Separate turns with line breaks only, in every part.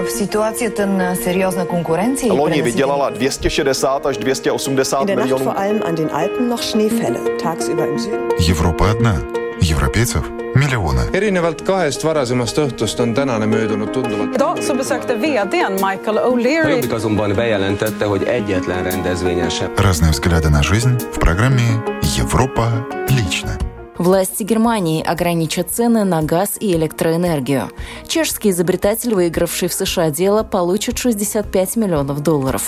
v situaci je ten seriózna konkurenci.
Loni vydělala 260 až 280
milionů.
In der Nacht
vor allem an den Alpen noch Schneefälle. Tagsüber im Süden.
Европа одна. Европейцев миллионы.
Erinevalt kahest varasemast õhtust on tänane möödunud tunduvalt.
Idag så besökte VD:n Michael O'Leary.
Jobbik azonban bejelentette, hogy egyetlen rendezvényen sem.
Разные взгляды на жизнь в программе «Европа лично».
Власти Германии ограничат цены на газ и электроэнергию. Чешский изобретатель, выигравший в США дело, получит $65 миллионов.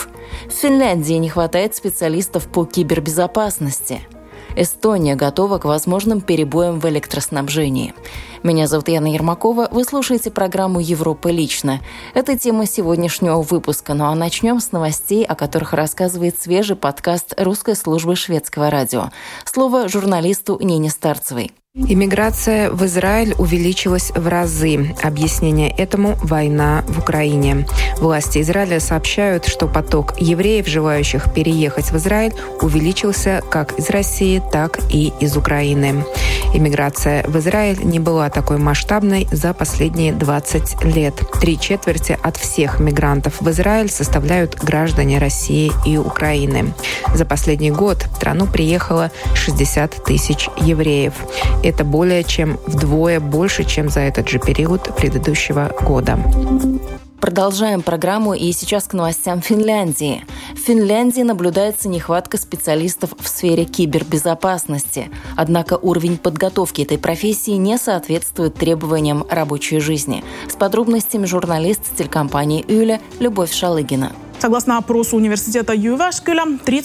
В Финляндии не хватает специалистов по кибербезопасности. Эстония готова к возможным перебоям в электроснабжении. Меня зовут Яна Ермакова. Вы слушаете программу «Европа лично». Это тема сегодняшнего выпуска. Ну а начнем с новостей, о которых рассказывает свежий подкаст русской службы шведского радио. Слово журналисту Нине Старцевой.
Иммиграция в Израиль увеличилась в разы. Объяснение этому – война в Украине. Власти Израиля сообщают, что поток евреев, желающих переехать в Израиль, увеличился как из России, так и из Украины. Иммиграция в Израиль не была такой масштабной за последние 20 лет. 3/4 от всех мигрантов в Израиль составляют граждане России и Украины. За последний год в страну приехало 60 тысяч евреев. Это более чем вдвое больше, чем за этот же период предыдущего года.
Продолжаем программу, и сейчас к новостям Финляндии. В Финляндии наблюдается нехватка специалистов в сфере кибербезопасности. Однако уровень подготовки этой профессии не соответствует требованиям рабочей жизни. С подробностями журналист телекомпании «Yle» Любовь Шалыгина.
Согласно опросу университета Ювашкюля,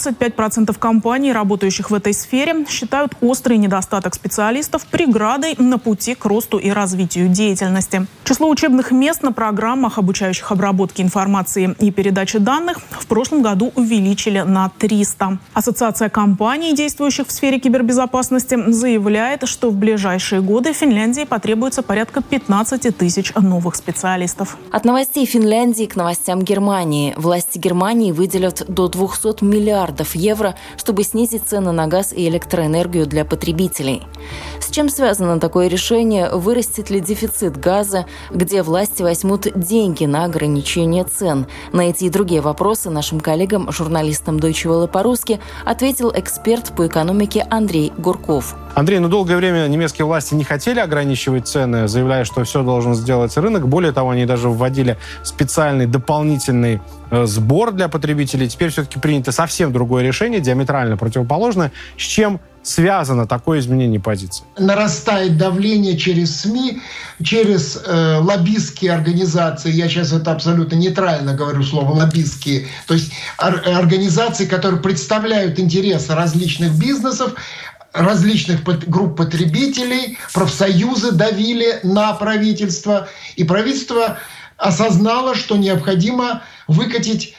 35% компаний, работающих в этой сфере, считают острый недостаток специалистов преградой на пути к росту и развитию деятельности. Число учебных мест на программах, обучающих обработке информации и передаче данных, в прошлом году увеличили на 300. Ассоциация компаний, действующих в сфере кибербезопасности, заявляет, что в ближайшие годы в Финляндии потребуется порядка 15 тысяч новых специалистов.
От новостей Финляндии к новостям Германии. Власти Германии выделят до 200 миллиардов евро, чтобы снизить цены на газ и электроэнергию для потребителей. С чем связано такое решение? Вырастет ли дефицит газа? Где власти возьмут деньги на ограничение цен? На эти и другие вопросы нашим коллегам, журналистам Deutsche Welle по-русски, ответил эксперт по экономике Андрей Гурков.
Андрей, долгое время немецкие власти не хотели ограничивать цены, заявляя, что все должен сделать рынок. Более того, они даже вводили специальный дополнительный сбор для потребителей. Теперь все-таки принято совсем другое решение, диаметрально противоположное. С чем связано такое изменение позиции?
Нарастает давление через СМИ, через лоббистские организации. Я сейчас это абсолютно нейтрально говорю слово лоббистские. То есть организации, которые представляют интересы различных бизнесов, различных групп потребителей, профсоюзы давили на правительство. И правительство осознало, что необходимо выкатить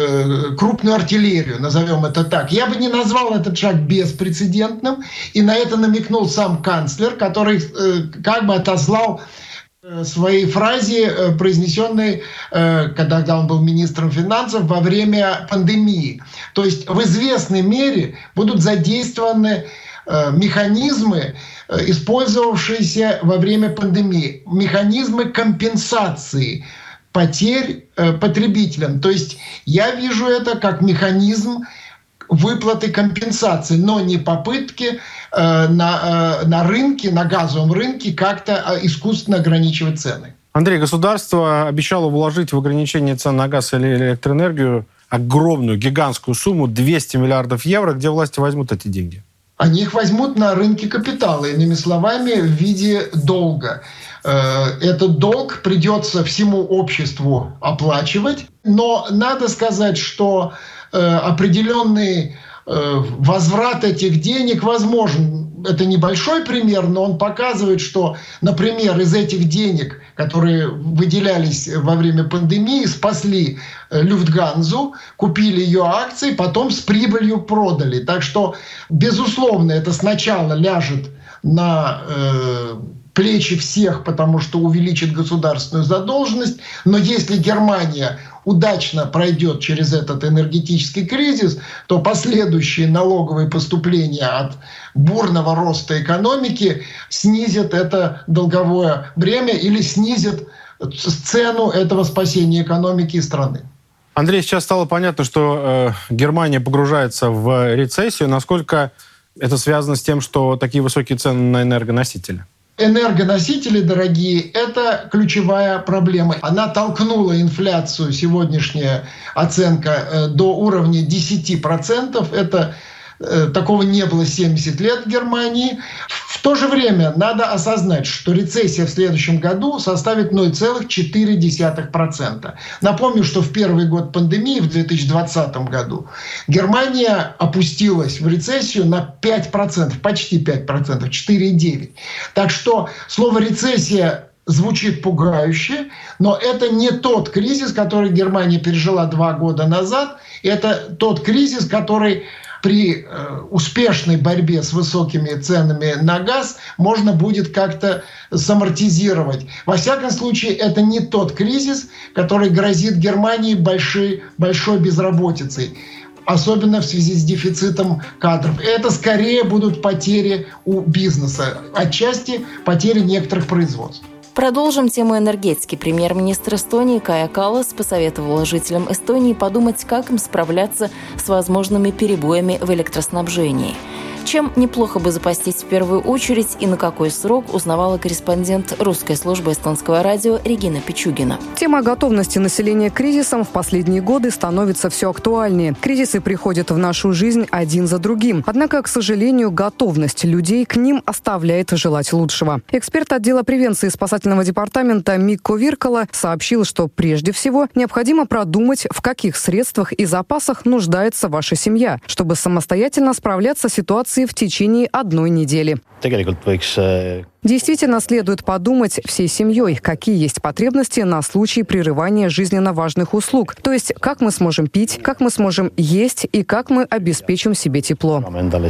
крупную артиллерию, назовем это так. Я бы не назвал этот шаг беспрецедентным, и на это намекнул сам канцлер, который как бы отослал своей фразе, произнесенной, когда он был министром финансов во время пандемии. То есть в известной мере будут задействованы механизмы, использовавшиеся во время пандемии, механизмы компенсации потерь потребителям. То есть я вижу это как механизм выплаты компенсации, но не попытки на рынке, на газовом рынке как-то искусственно ограничивать цены.
Андрей, государство обещало вложить в ограничение цен на газ или электроэнергию огромную, гигантскую сумму, 200 миллиардов евро. Где власти возьмут эти деньги?
Они их возьмут на рынке капитала, иными словами, в виде долга. Этот долг придется всему обществу оплачивать, но надо сказать, что определенный возврат этих денег возможен. Это небольшой пример, но он показывает, что, например, из этих денег, которые выделялись во время пандемии, спасли Люфтгансу, купили ее акции, потом с прибылью продали. Так что, безусловно, это сначала ляжет на плечи всех, потому что увеличит государственную задолженность. Но если Германия удачно пройдет через этот энергетический кризис, то последующие налоговые поступления от бурного роста экономики снизят это долговое бремя или снизят цену этого спасения экономики и страны.
Андрей, сейчас стало понятно, что Германия погружается в рецессию. Насколько это связано с тем, что такие высокие цены на энергоносители?
Энергоносители, дорогие, это ключевая проблема. Она толкнула инфляцию, сегодняшняя оценка, до уровня 10%. Это такого не было 70 лет в Германии. В то же время надо осознать, что рецессия в следующем году составит 0,4%. Напомню, что в первый год пандемии, в 2020 году, Германия опустилась в рецессию на 5%, почти 5%, 4,9%. Так что слово «рецессия» звучит пугающе, но это не тот кризис, который Германия пережила 2 года назад. Это тот кризис, который при успешной борьбе с высокими ценами на газ можно будет как-то самортизировать. Во всяком случае, это не тот кризис, который грозит Германии большой безработицей, особенно в связи с дефицитом кадров. Это скорее будут потери у бизнеса, отчасти потери некоторых производств.
Продолжим тему энергетики. Премьер-министр Эстонии Кая Каллас посоветовал жителям Эстонии подумать, как им справляться с возможными перебоями в электроснабжении. Чем неплохо бы запастись в первую очередь и на какой срок, узнавала корреспондент русской службы эстонского радио Регина Пичугина.
Тема готовности населения к кризисам в последние годы становится все актуальнее. Кризисы приходят в нашу жизнь один за другим. Однако, к сожалению, готовность людей к ним оставляет желать лучшего. Эксперт отдела превенции спасательного департамента Микко Виркала сообщил, что прежде всего необходимо продумать, в каких средствах и запасах нуждается ваша семья, чтобы самостоятельно справляться с ситуацией в течение 1 недели. Действительно, следует подумать всей семьей, какие есть потребности на случай прерывания жизненно важных услуг. То есть, как мы сможем пить, как мы сможем есть и как мы обеспечим себе тепло.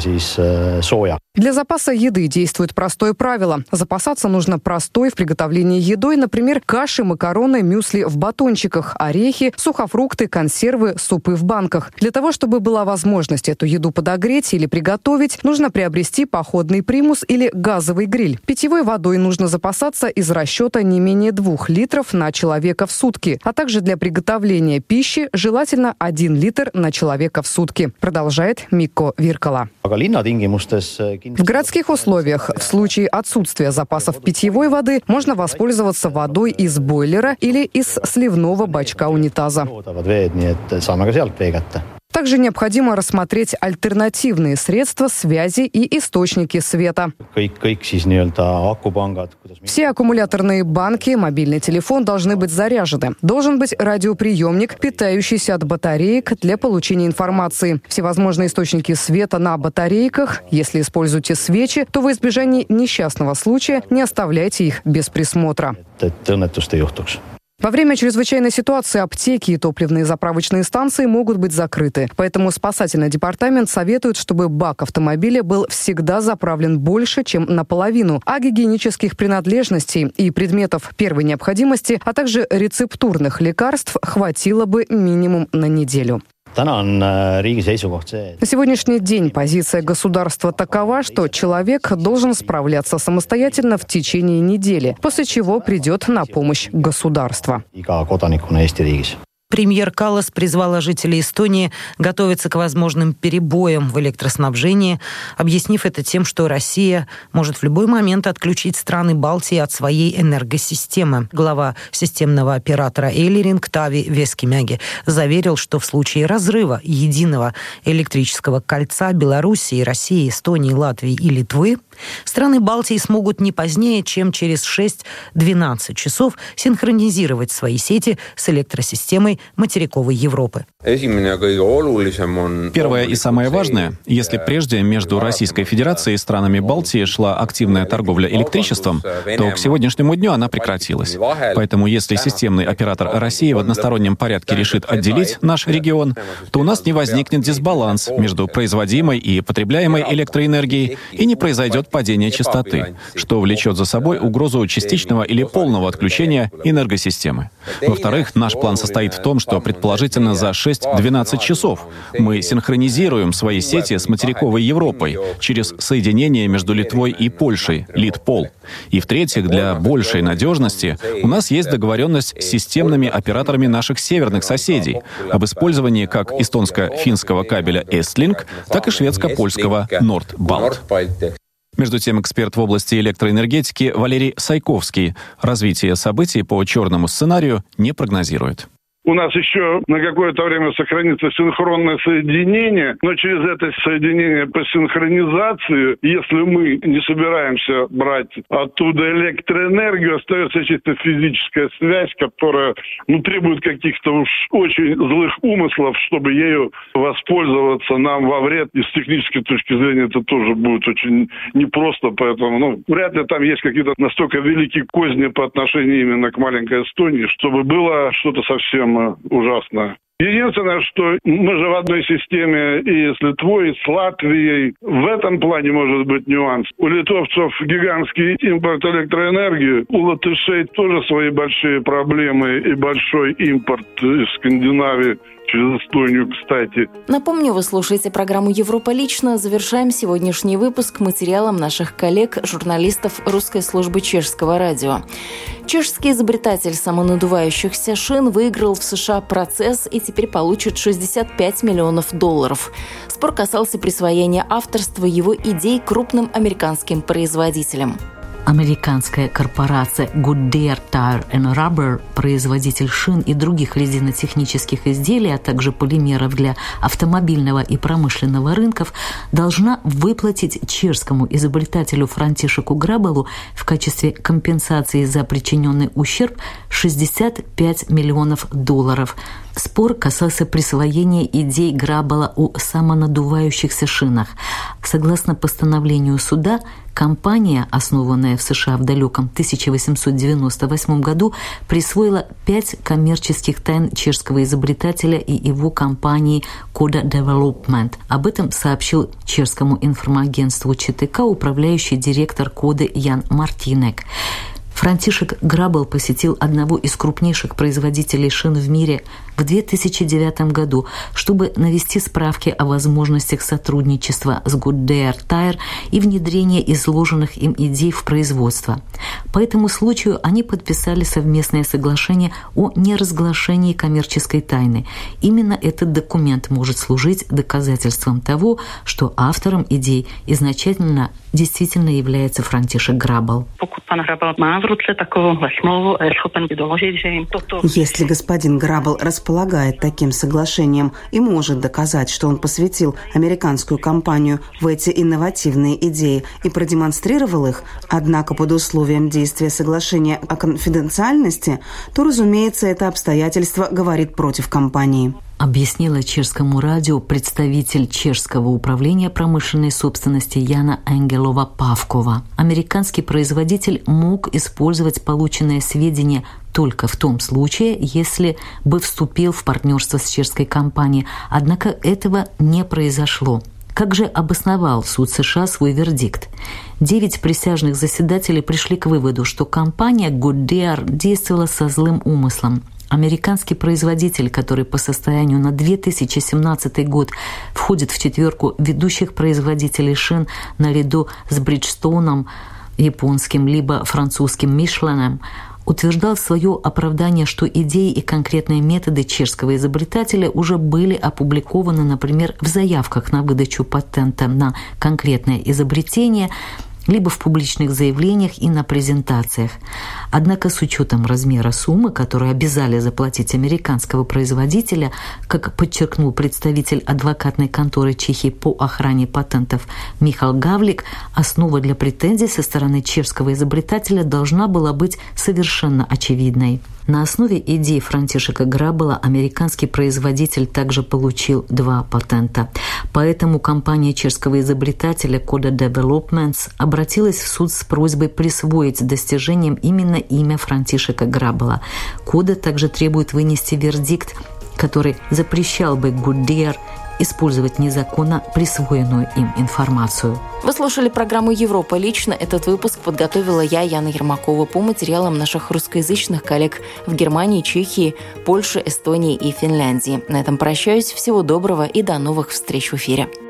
Для запаса еды действует простое правило. Запасаться нужно простой в приготовлении едой, например, каши, макароны, мюсли в батончиках, орехи, сухофрукты, консервы, супы в банках. Для того, чтобы была возможность эту еду подогреть или приготовить, нужно приобрести походный примус или газовый гриль. Питьевой водой нужно запасаться из расчета не менее 2 литров на человека в сутки, а также для приготовления пищи желательно 1 литр на человека в сутки, продолжает Микко Виркала. В городских условиях в случае отсутствия запасов питьевой воды можно воспользоваться водой из бойлера или из сливного бачка унитаза. Также необходимо рассмотреть альтернативные средства связи и источники света. Все аккумуляторные банки, мобильный телефон должны быть заряжены. Должен быть радиоприемник, питающийся от батареек для получения информации. Всевозможные источники света на батарейках. Если используете свечи, то во избежание несчастного случая не оставляйте их без присмотра. Во время чрезвычайной ситуации аптеки и топливные заправочные станции могут быть закрыты. Поэтому спасательный департамент советует, чтобы бак автомобиля был всегда заправлен больше, чем наполовину, а гигиенических принадлежностей и предметов первой необходимости, а также рецептурных лекарств хватило бы минимум на неделю. На сегодняшний день позиция государства такова, что человек должен справляться самостоятельно в течение недели, после чего придет на помощь государство.
Премьер Каллас призвала жителей Эстонии готовиться к возможным перебоям в электроснабжении, объяснив это тем, что Россия может в любой момент отключить страны Балтии от своей энергосистемы. Глава системного оператора Элеринг Тави Вескимяги заверил, что в случае разрыва единого электрического кольца Белоруссии, России, Эстонии, Латвии и Литвы страны Балтии смогут не позднее, чем через 6-12 часов синхронизировать свои сети с электросистемой материковой Европы.
Первое и самое важное, если прежде между Российской Федерацией и странами Балтии шла активная торговля электричеством, то к сегодняшнему дню она прекратилась. Поэтому если системный оператор России в одностороннем порядке решит отделить наш регион, то у нас не возникнет дисбаланс между производимой и потребляемой электроэнергией и не произойдет падения частоты, что влечет за собой угрозу частичного или полного отключения энергосистемы. Во-вторых, наш план состоит в том, что предположительно за 6-12 часов мы синхронизируем свои сети с материковой Европой через соединение между Литвой и Польшей, Литпол. И в-третьих, для большей надежности у нас есть договоренность с системными операторами наших северных соседей об использовании как эстонско-финского кабеля Estlink, так и шведско-польского Nordbalt. Между тем, эксперт в области электроэнергетики Валерий Сайковский развитие событий по черному сценарию не прогнозирует.
У нас еще на какое-то время сохранится синхронное соединение, но через это соединение по синхронизации, если мы не собираемся брать оттуда электроэнергию, остается чисто физическая связь, которая требует каких-то уж очень злых умыслов, чтобы ею воспользоваться нам во вред. И с технической точки зрения это тоже будет очень непросто, поэтому вряд ли там есть какие-то настолько великие козни по отношению именно к маленькой Эстонии, чтобы было что-то совсем ужасное. Единственное, что мы же в одной системе и с Литвой, и с Латвией. В этом плане может быть нюанс. У литовцев гигантский импорт электроэнергии, у латышей тоже свои большие проблемы и большой импорт из Скандинавии. Через Эстонию, кстати.
Напомню, вы слушаете программу «Европа лично». Завершаем сегодняшний выпуск материалом наших коллег, журналистов русской службы чешского радио. Чешский изобретатель самонадувающихся шин выиграл в США процесс и теперь получит $65 миллионов. Спор касался присвоения авторства его идей крупным американским производителям.
Американская корпорация Goodyear Tire & Rubber, производитель шин и других резинотехнических изделий, а также полимеров для автомобильного и промышленного рынков, должна выплатить чешскому изобретателю Франтишеку Грабелу в качестве компенсации за причиненный ущерб $65 миллионов. Спор касался присвоения идей Грабела о самонадувающихся шинах. Согласно постановлению суда, компания, основанная в США в далеком 1898 году, присвоила 5 коммерческих тайн чешского изобретателя и его компании Coda Development. Об этом сообщил чешскому информагентству ЧТК управляющий директор Коды Ян Мартинек. Франтишек Грабел посетил одного из крупнейших производителей шин в мире в 2009 году, чтобы навести справки о возможностях сотрудничества с Goodyear Tire и внедрения изложенных им идей в производство. По этому случаю они подписали совместное соглашение о неразглашении коммерческой тайны. Именно этот документ может служить доказательством того, что автором идей изначально действительно является Франтишек Грабел.
Если господин Грабел располагает таким соглашением и может доказать, что он посвятил американскую компанию в эти инновативные идеи и продемонстрировал их, однако под условием действия соглашения о конфиденциальности, то, разумеется, это обстоятельство говорит против компании.
Объяснила чешскому радио представитель чешского управления промышленной собственности Яна Энгелова-Павкова. Американский производитель мог использовать полученные сведения только в том случае, если бы вступил в партнерство с чешской компанией. Однако этого не произошло. Как же обосновал суд США свой вердикт? 9 присяжных заседателей пришли к выводу, что компания Goodyear действовала со злым умыслом. Американский производитель, который по состоянию на 2017 год входит в 4 ведущих производителей шин наряду с Бриджстоуном, японским, либо французским Мишленом, утверждал свое оправдание, что идеи и конкретные методы чешского изобретателя уже были опубликованы, например, в заявках на выдачу патента на конкретное изобретение, либо в публичных заявлениях и на презентациях. Однако с учетом размера суммы, которую обязали заплатить американского производителя, как подчеркнул представитель адвокатной конторы Чехии по охране патентов Михал Гавлик, основа для претензий со стороны чешского изобретателя должна была быть совершенно очевидной. На основе идей Франтишека Грабела американский производитель также получил 2 патента. Поэтому компания чешского изобретателя Coda Developments обратилась в суд с просьбой присвоить достижениям именно имя Франтишека Грабела. Кода также требует вынести вердикт, который запрещал бы Goodyear использовать незаконно присвоенную им информацию.
Вы слушали программу «Европа лично». Этот выпуск подготовила я, Яна Ермакова, по материалам наших русскоязычных коллег в Германии, Чехии, Польше, Эстонии и Финляндии. На этом прощаюсь. Всего доброго и до новых встреч в эфире.